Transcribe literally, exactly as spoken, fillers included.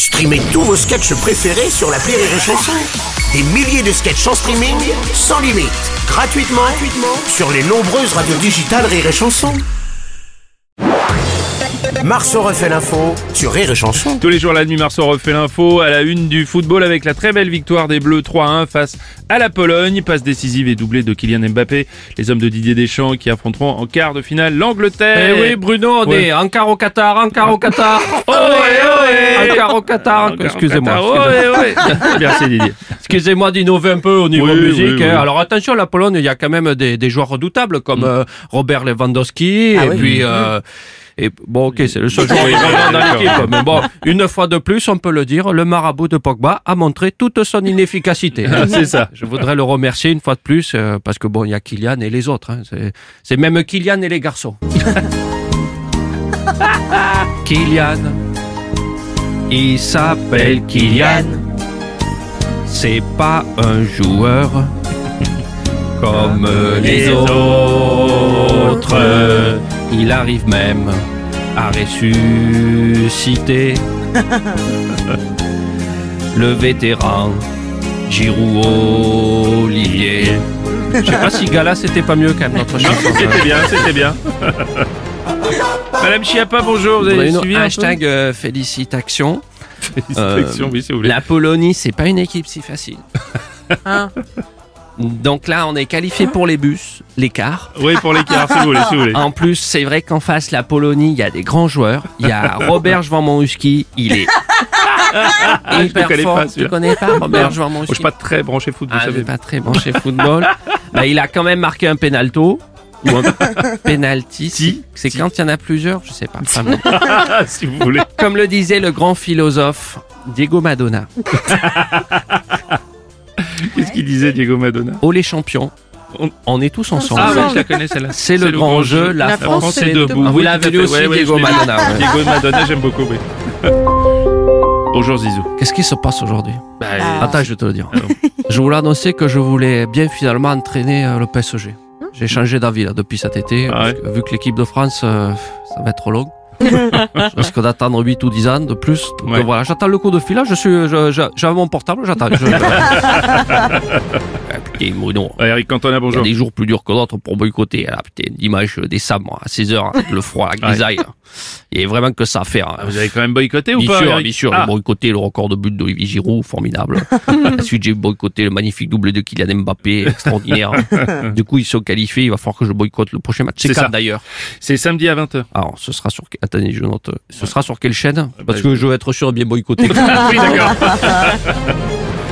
Streamez tous vos sketchs préférés sur l'appli Rire et Chanson. Des milliers de sketchs en streaming, sans limite, gratuitement, gratuitement sur les nombreuses radios digitales Rire et Chanson. Marceau refait l'info sur Rire et Chanson. Tous les jours la nuit, Marceau refait l'info à la une du football avec la très belle victoire des Bleus trois à un face à la Pologne. Passe décisive et doublé de Kylian Mbappé. Les hommes de Didier Deschamps qui affronteront en quart de finale l'Angleterre. Eh oui, Bruno, on Ouais. est encore au Qatar, encore au Qatar. Oh, ouais, ouais. Encore au Qatar, encore- excusez-moi. Oh, excusez-moi. ouais, ouais. Merci Didier. Excusez-moi d'innover un peu au niveau Oui, musique. oui, oui. hein. Alors attention, la Pologne, il y a quand même des, des joueurs redoutables comme Mm. euh, Robert Lewandowski Ah et oui. puis... euh, et bon, ok, c'est le seul joueur Oui, dans d'accord. l'équipe. Mais bon, une fois de plus, on peut le dire, le marabout de Pogba a montré toute son inefficacité. Ah, c'est ça. Je voudrais le remercier une fois de plus euh, parce que bon, il y a Kylian et les autres. Hein. C'est, c'est même Kylian et les garçons. Kylian, il s'appelle Kylian. C'est pas un joueur comme les autres. Il arrive même à ressusciter le vétéran Giroud Olivier. Je sais pas si Gala c'était pas mieux quand même notre Non, chanson. c'était bien, c'était bien. Madame Chiappa, bonjour. Vous avez Bruno, suivi un peu hashtag euh, félicitations. Félicitations, oui, si vous voulez. La Pologne, c'est pas une équipe si facile. Donc là, on est qualifié pour les bus, les cars. Oui, pour l'écart, si vous voulez, si vous voulez. En plus, c'est vrai qu'en face, la Pologne, il y a des grands joueurs. Il y a Robert Jwanmouski, il est je le hyper connais fort. pas, Tu celui-là. connais pas Robert Moi, je Jwanmouski? suis pas très branché foot, vous Ah, savez. j'ai pas très branché football. Bah, il a quand même marqué un penalto. Ou un penalty. Si. C'est Si. quand il y en a plusieurs, je sais pas. Enfin, bon. si vous voulez. Comme le disait le grand philosophe Diego Maradona. Qu'est-ce qu'il disait, Diego Maradona? Oh les champions, On- on est tous ensemble. Ah ouais, je la connais celle-là. C'est le grand jeu, la France est debout. Ah, vous Oui, l'avez tout à vu fait. aussi, Ouais, ouais, Diego je l'ai vu. Maradona, ouais. Diego Maradona, j'aime beaucoup, oui. Bonjour Zizou. Qu'est-ce qui se passe aujourd'hui? Bah, Attends, je vais te le dire. Alors. Je voulais annoncer que je voulais bien finalement entraîner euh, le P S G. J'ai changé d'avis là depuis cet été, Ah parce ouais. que, vu que l'équipe de France, euh, ça va être trop long. Je risque d'attendre huit ou dix ans de plus. Donc Ouais. euh, voilà, j'attends le coup de fil. Là, je suis, je, je- j'avais mon portable, j'attends. Je, je... Ah, putain, Bruno. Ah, Eric Cantona, Il y a bonjour. des jours plus durs que d'autres pour boycotter. Là, putain, dimanche décembre à seize heures, avec le froid, la grisaille. là. Il y a vraiment que ça à faire. hein. Ah, vous avez quand même boycotté ou Bien pas, sûr, Eric bien sûr, Ah. j'ai boycotté le record de but d'Olivier Giroud, formidable. Ensuite, j'ai boycotté le magnifique doublé de Kylian Mbappé, extraordinaire. Du coup, ils sont qualifiés, il va falloir que je boycotte le prochain match. C'est C'est quand ça. d'ailleurs? C'est samedi à vingt heures. Alors, ce sera sur... Attendez, je note. Ce sera sur quelle chaîne? Parce bah, que je veux être sûr de bien boycotter. Oui, d'accord.